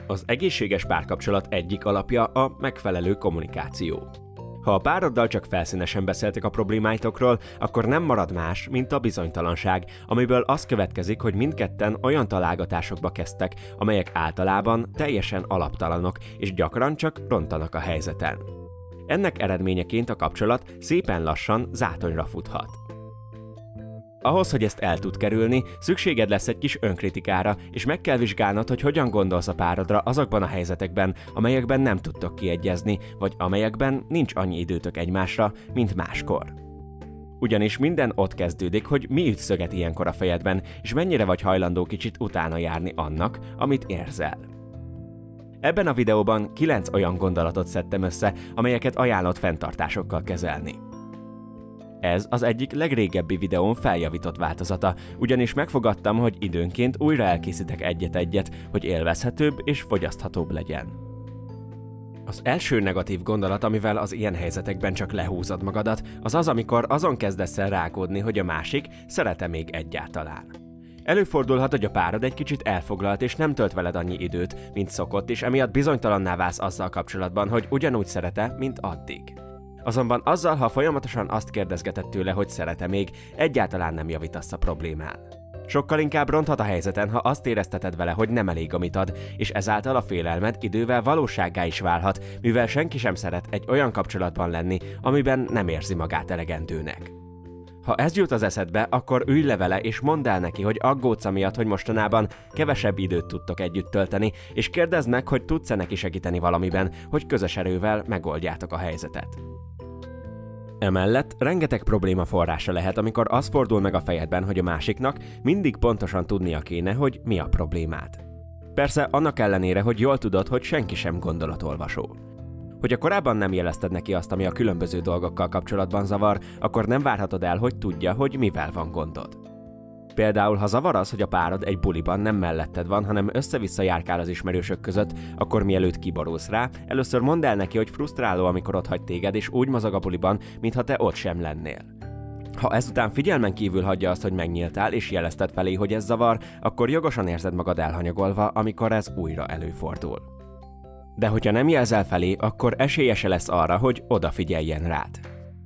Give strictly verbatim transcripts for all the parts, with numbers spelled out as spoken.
Az egészséges párkapcsolat egyik alapja a megfelelő kommunikáció. Ha a pároddal csak felszínesen beszéltek a problémáitokról, akkor nem marad más, mint a bizonytalanság, amiből az következik, hogy mindketten olyan találgatásokba kezdtek, amelyek általában teljesen alaptalanok, és gyakran csak rontanak a helyzeten. Ennek eredményeként a kapcsolat szépen lassan zátonyra futhat. Ahhoz, hogy ezt el tud kerülni, szükséged lesz egy kis önkritikára, és meg kell vizsgálnod, hogy hogyan gondolsz a párodra azokban a helyzetekben, amelyekben nem tudtok kiegyezni, vagy amelyekben nincs annyi időtök egymásra, mint máskor. Ugyanis minden ott kezdődik, hogy mi üt szöget ilyenkor a fejedben, és mennyire vagy hajlandó kicsit utána járni annak, amit érzel. Ebben a videóban kilenc olyan gondolatot szedtem össze, amelyeket ajánlott fenntartásokkal kezelni. Ez az egyik legrégebbi videón feljavított változata, ugyanis megfogadtam, hogy időnként újra elkészítek egyet-egyet, hogy élvezhetőbb és fogyaszthatóbb legyen. Az első negatív gondolat, amivel az ilyen helyzetekben csak lehúzod magadat, az az, amikor azon kezdesz el rágódni, hogy a másik szeret-e még egyáltalán. Előfordulhat, hogy a párod egy kicsit elfoglalt és nem tölt veled annyi időt, mint szokott, és emiatt bizonytalanná válsz azzal kapcsolatban, hogy ugyanúgy szeret-e, mint addig. Azonban azzal, ha folyamatosan azt kérdezgeted tőle, hogy szeret-e még, egyáltalán nem javítasz a problémán. Sokkal inkább ronthat a helyzeten, ha azt érezteted vele, hogy nem elég, amit ad, és ezáltal a félelmed idővel valósággá is válhat, mivel senki sem szeret egy olyan kapcsolatban lenni, amiben nem érzi magát elegendőnek. Ha ez jut az eszedbe, akkor ülj le vele és mondd el neki, hogy aggódsz amiatt, hogy mostanában kevesebb időt tudtok együtt tölteni, és kérdezd meg, hogy tudsz-e neki segíteni valamiben, hogy közös erővel megoldjátok a helyzetet. Emellett rengeteg probléma forrása lehet, amikor az fordul meg a fejedben, hogy a másiknak mindig pontosan tudnia kéne, hogy mi a problémád. Persze annak ellenére, hogy jól tudod, hogy senki sem gondolatolvasó. Hogyha korábban nem jelezted neki azt, ami a különböző dolgokkal kapcsolatban zavar, akkor nem várhatod el, hogy tudja, hogy mivel van gondod. Például, ha zavar az, hogy a párod egy buliban nem melletted van, hanem össze-vissza járkál az ismerősök között, akkor mielőtt kiborulsz rá, először mondd el neki, hogy frusztráló, amikor otthagy téged, és úgy mozog a buliban, mintha te ott sem lennél. Ha ezután figyelmen kívül hagyja azt, hogy megnyíltál, és jelezted felé, hogy ez zavar, akkor jogosan érzed magad elhanyagolva, amikor ez újra előfordul. De hogyha nem jelzel felé, akkor esélye se lesz arra, hogy odafigyeljen rád.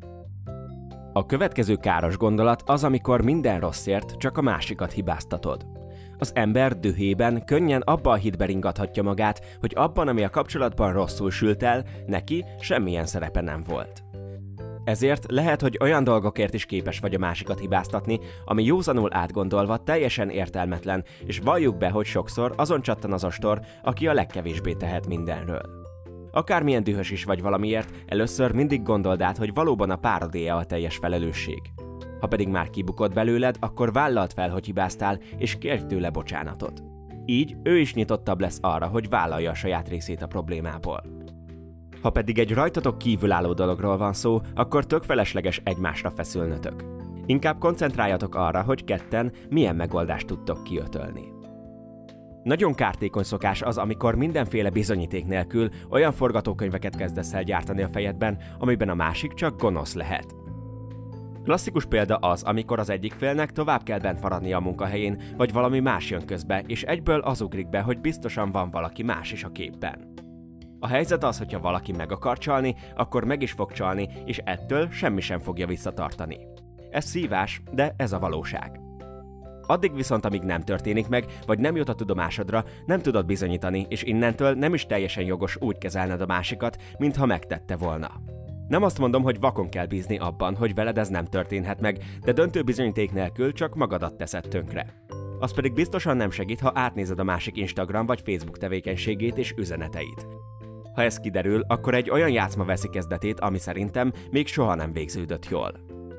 A következő káros gondolat az, amikor minden rosszért csak a másikat hibáztatod. Az ember dühében könnyen abba a hitbe ringathatja magát, hogy abban, ami a kapcsolatban rosszul sült el, neki semmilyen szerepe nem volt. Ezért lehet, hogy olyan dolgokért is képes vagy a másikat hibáztatni, ami józanul átgondolva teljesen értelmetlen, és valljuk be, hogy sokszor azon csattan az ostor, aki a legkevésbé tehet mindenről. Akármilyen dühös is vagy valamiért, először mindig gondold át, hogy valóban a párodéja a teljes felelősség. Ha pedig már kibukott belőled, akkor vállald fel, hogy hibáztál, és kérj tőle bocsánatot. Így ő is nyitottabb lesz arra, hogy vállalja a saját részét a problémából. Ha pedig egy rajtatok kívülálló dologról van szó, akkor tök felesleges egymásra feszülnötök. Inkább koncentráljatok arra, hogy ketten milyen megoldást tudtok kiötölni. Nagyon kártékony szokás az, amikor mindenféle bizonyíték nélkül olyan forgatókönyveket kezdesz el gyártani a fejedben, amiben a másik csak gonosz lehet. Klasszikus példa az, amikor az egyik félnek tovább kell bent maradnia a munkahelyén, vagy valami más jön közbe, és egyből az ugrik be, hogy biztosan van valaki más is a képben. A helyzet az, hogyha valaki meg akar csalni, akkor meg is fog csalni, és ettől semmi sem fogja visszatartani. Ez szívás, de ez a valóság. Addig viszont, amíg nem történik meg, vagy nem jut a tudomásodra, nem tudod bizonyítani, és innentől nem is teljesen jogos úgy kezelned a másikat, mintha megtette volna. Nem azt mondom, hogy vakon kell bízni abban, hogy veled ez nem történhet meg, de döntő bizonyíték nélkül csak magadat teszed tönkre. Az pedig biztosan nem segít, ha átnézed a másik Instagram vagy Facebook tevékenységét és üzeneteit. Ha ez kiderül, akkor egy olyan játszma veszi kezdetét, ami szerintem még soha nem végződött jól.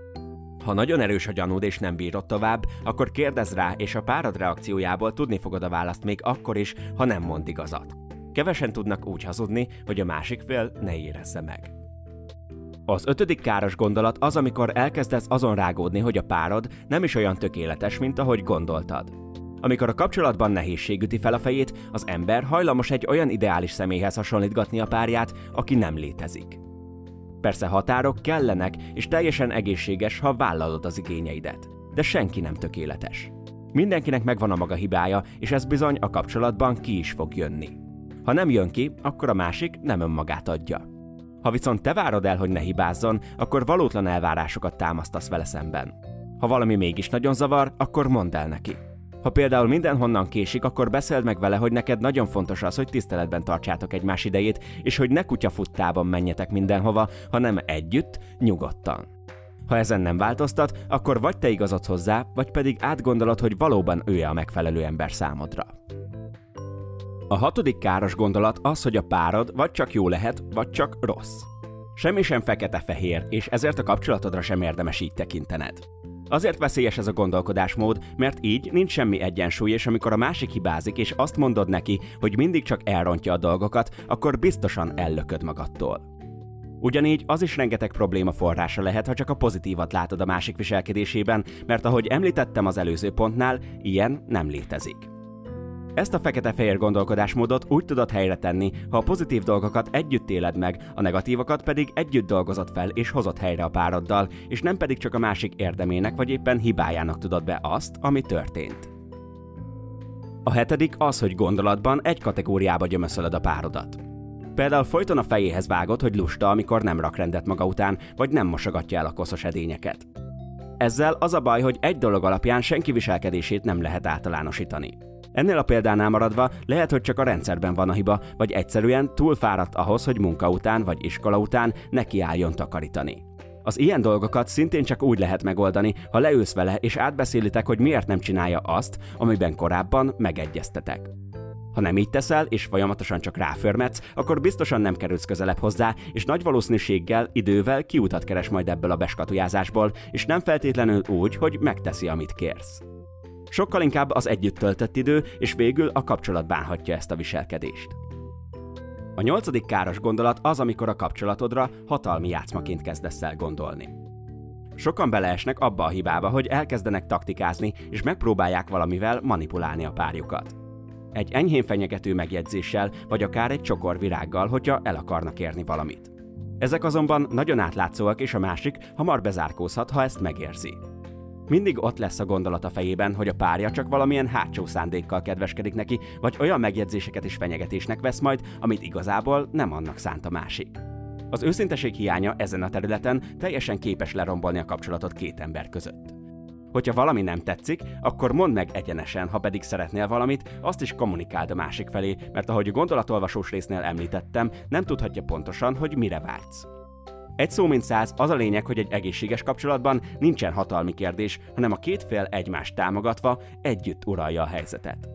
Ha nagyon erős a gyanúd és nem bírod tovább, akkor kérdezz rá, és a párod reakciójából tudni fogod a választ még akkor is, ha nem mond igazat. Kevesen tudnak úgy hazudni, hogy a másik fél ne érezze meg. Az ötödik káros gondolat az, amikor elkezdesz azon rágódni, hogy a párod nem is olyan tökéletes, mint ahogy gondoltad. Amikor a kapcsolatban nehézség üti fel a fejét, az ember hajlamos egy olyan ideális személyhez hasonlítgatni a párját, aki nem létezik. Persze határok kellenek, és teljesen egészséges, ha vállalod az igényeidet. De senki nem tökéletes. Mindenkinek megvan a maga hibája, és ez bizony a kapcsolatban ki is fog jönni. Ha nem jön ki, akkor a másik nem önmagát adja. Ha viszont te várod el, hogy ne hibázzon, akkor valótlan elvárásokat támasztasz vele szemben. Ha valami mégis nagyon zavar, akkor mondd el neki. Ha például mindenhonnan késik, akkor beszéld meg vele, hogy neked nagyon fontos az, hogy tiszteletben tartsátok egymás idejét, és hogy ne kutyafuttában menjetek mindenhova, hanem együtt, nyugodtan. Ha ezen nem változtat, akkor vagy te igazodsz hozzá, vagy pedig átgondolod, hogy valóban ő a megfelelő ember számodra. A hatodik káros gondolat az, hogy a párod vagy csak jó lehet, vagy csak rossz. Semmi sem fekete-fehér, és ezért a kapcsolatodra sem érdemes így tekintened. Azért veszélyes ez a gondolkodásmód, mert így nincs semmi egyensúly, és amikor a másik hibázik, és azt mondod neki, hogy mindig csak elrontja a dolgokat, akkor biztosan ellököd magadtól. Ugyanígy az is rengeteg probléma forrása lehet, ha csak a pozitívat látod a másik viselkedésében, mert ahogy említettem az előző pontnál, ilyen nem létezik. Ezt a fekete-fehér gondolkodásmódot úgy tudod helyre tenni, ha a pozitív dolgokat együtt éled meg, a negatívakat pedig együtt dolgozod fel és hozod helyre a pároddal, és nem pedig csak a másik érdemének vagy éppen hibájának tudod be azt, ami történt. A hetedik az, hogy gondolatban egy kategóriába gyömöszölöd a párodat. Például folyton a fejéhez vágod, hogy lusta, amikor nem rak rendet maga után, vagy nem mosogatja el a koszos edényeket. Ezzel az a baj, hogy egy dolog alapján senki viselkedését nem lehet általánosítani. Ennél a példánál maradva lehet, hogy csak a rendszerben van a hiba, vagy egyszerűen túl fáradt ahhoz, hogy munka után vagy iskola után nekiálljon takarítani. Az ilyen dolgokat szintén csak úgy lehet megoldani, ha leülsz vele és átbeszélitek, hogy miért nem csinálja azt, amiben korábban megegyeztetek. Ha nem így teszel, és folyamatosan csak ráförmetsz, akkor biztosan nem kerülsz közelebb hozzá, és nagy valószínűséggel idővel kiutat keres majd ebből a beskatujázásból, és nem feltétlenül úgy, hogy megteszi, amit kérsz. Sokkal inkább az együtt töltött idő, és végül a kapcsolat bánhatja ezt a viselkedést. A nyolcadik káros gondolat az, amikor a kapcsolatodra hatalmi játszmaként kezdesz el gondolni. Sokan beleesnek abba a hibába, hogy elkezdenek taktikázni, és megpróbálják valamivel manipulálni a párjukat. Egy enyhén fenyegető megjegyzéssel, vagy akár egy csokor virággal, hogyha el akarnak érni valamit. Ezek azonban nagyon átlátszóak, és a másik hamar bezárkózhat, ha ezt megérzi. Mindig ott lesz a gondolat a fejében, hogy a párja csak valamilyen hátsó szándékkal kedveskedik neki, vagy olyan megjegyzéseket is fenyegetésnek vesz majd, amit igazából nem annak szánt a másik. Az őszinteség hiánya ezen a területen teljesen képes lerombolni a kapcsolatot két ember között. Hogyha valami nem tetszik, akkor mondd meg egyenesen, ha pedig szeretnél valamit, azt is kommunikáld a másik felé, mert ahogy a gondolatolvasós résznél említettem, nem tudhatja pontosan, hogy mire vágysz. Egy szó mint száz, az a lényeg, hogy egy egészséges kapcsolatban nincsen hatalmi kérdés, hanem a két fél egymást támogatva együtt uralja a helyzetet.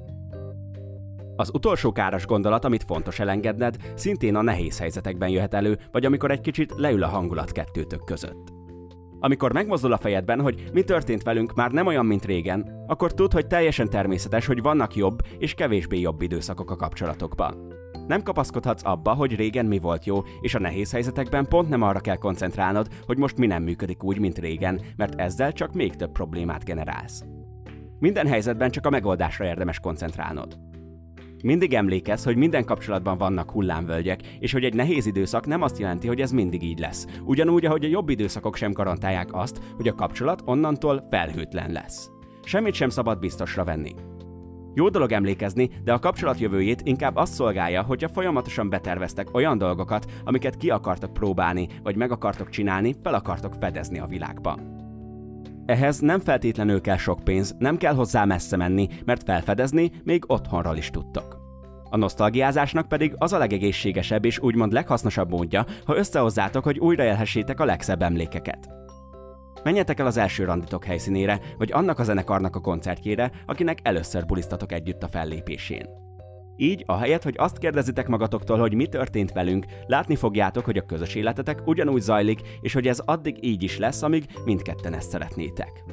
Az utolsó káros gondolat, amit fontos elengedned, szintén a nehéz helyzetekben jöhet elő, vagy amikor egy kicsit leül a hangulat kettőtök között. Amikor megmozdul a fejedben, hogy mi történt velünk már nem olyan, mint régen, akkor tudd, hogy teljesen természetes, hogy vannak jobb és kevésbé jobb időszakok a kapcsolatokban. Nem kapaszkodhatsz abba, hogy régen mi volt jó, és a nehéz helyzetekben pont nem arra kell koncentrálnod, hogy most mi nem működik úgy, mint régen, mert ezzel csak még több problémát generálsz. Minden helyzetben csak a megoldásra érdemes koncentrálnod. Mindig emlékezz, hogy minden kapcsolatban vannak hullámvölgyek, és hogy egy nehéz időszak nem azt jelenti, hogy ez mindig így lesz. Ugyanúgy, ahogy a jobb időszakok sem garantálják azt, hogy a kapcsolat onnantól felhőtlen lesz. Semmit sem szabad biztosra venni. Jó dolog emlékezni, de a kapcsolat jövőjét inkább azt szolgálja, hogyha folyamatosan beterveztek olyan dolgokat, amiket ki akartok próbálni, vagy meg akartok csinálni, fel akartok fedezni a világba. Ehhez nem feltétlenül kell sok pénz, nem kell hozzá messze menni, mert felfedezni még otthonról is tudtok. A nosztalgiázásnak pedig az a legegészségesebb és úgymond leghasznosabb módja, ha összehozzátok, hogy újraélhessétek a legszebb emlékeket. Menjetek el az első randitok helyszínére, vagy annak a zenekarnak a koncertjére, akinek először bulisztatok együtt a fellépésén. Így, ahelyett, hogy azt kérdezitek magatoktól, hogy mi történt velünk, látni fogjátok, hogy a közös életetek ugyanúgy zajlik, és hogy ez addig így is lesz, amíg mindketten ezt szeretnétek.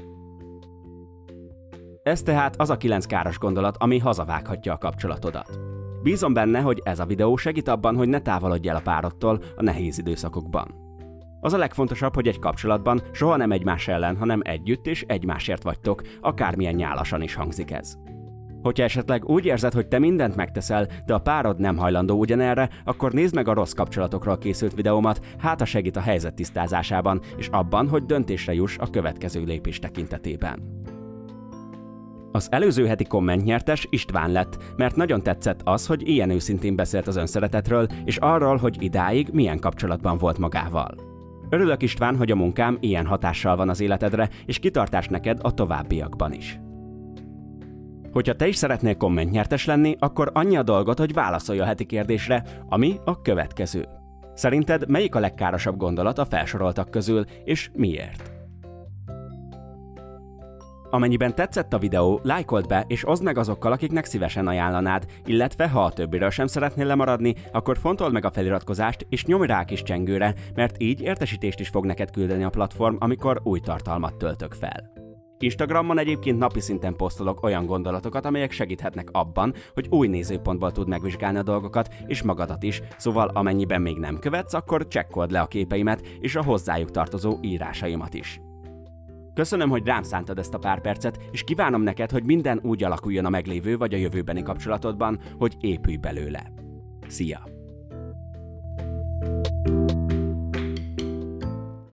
Ez tehát az a kilenc káros gondolat, ami hazavághatja a kapcsolatodat. Bízom benne, hogy ez a videó segít abban, hogy ne távolodj el a párodtól a nehéz időszakokban. Az a legfontosabb, hogy egy kapcsolatban soha nem egymás ellen, hanem együtt és egymásért vagytok, akármilyen nyálasan is hangzik ez. Hogyha esetleg úgy érzed, hogy te mindent megteszel, de a párod nem hajlandó ugyanerre, akkor nézd meg a rossz kapcsolatokról készült videómat, hát a segít a helyzet tisztázásában, és abban, hogy döntésre juss a következő lépés tekintetében. Az előző heti kommentnyertes István lett, mert nagyon tetszett az, hogy ilyen őszintén beszélt az önszeretetről, és arról, hogy idáig milyen kapcsolatban volt magával. Örülök, István, hogy a munkám ilyen hatással van az életedre, és kitartás neked a továbbiakban is. Hogyha te is szeretnél kommentnyertes lenni, akkor annyi a dolgot, hogy válaszolj a heti kérdésre, ami a következő. Szerinted melyik a legkárosabb gondolat a felsoroltak közül, és miért? Amennyiben tetszett a videó, lájkold be és oszd meg azokkal, akiknek szívesen ajánlanád, illetve ha a többiről sem szeretnél lemaradni, akkor fontold meg a feliratkozást és nyomj rá a kis csengőre, mert így értesítést is fog neked küldeni a platform, amikor új tartalmat töltök fel. Instagramon egyébként napi szinten posztolok olyan gondolatokat, amelyek segíthetnek abban, hogy új nézőpontból tud megvizsgálni a dolgokat, és magadat is, szóval amennyiben még nem követsz, akkor csekkold le a képeimet és a hozzájuk tartozó írásaimat is. Köszönöm, hogy rám szántad ezt a pár percet, és kívánom neked, hogy minden úgy alakuljon a meglévő vagy a jövőbeni kapcsolatodban, hogy épülj belőle. Szia!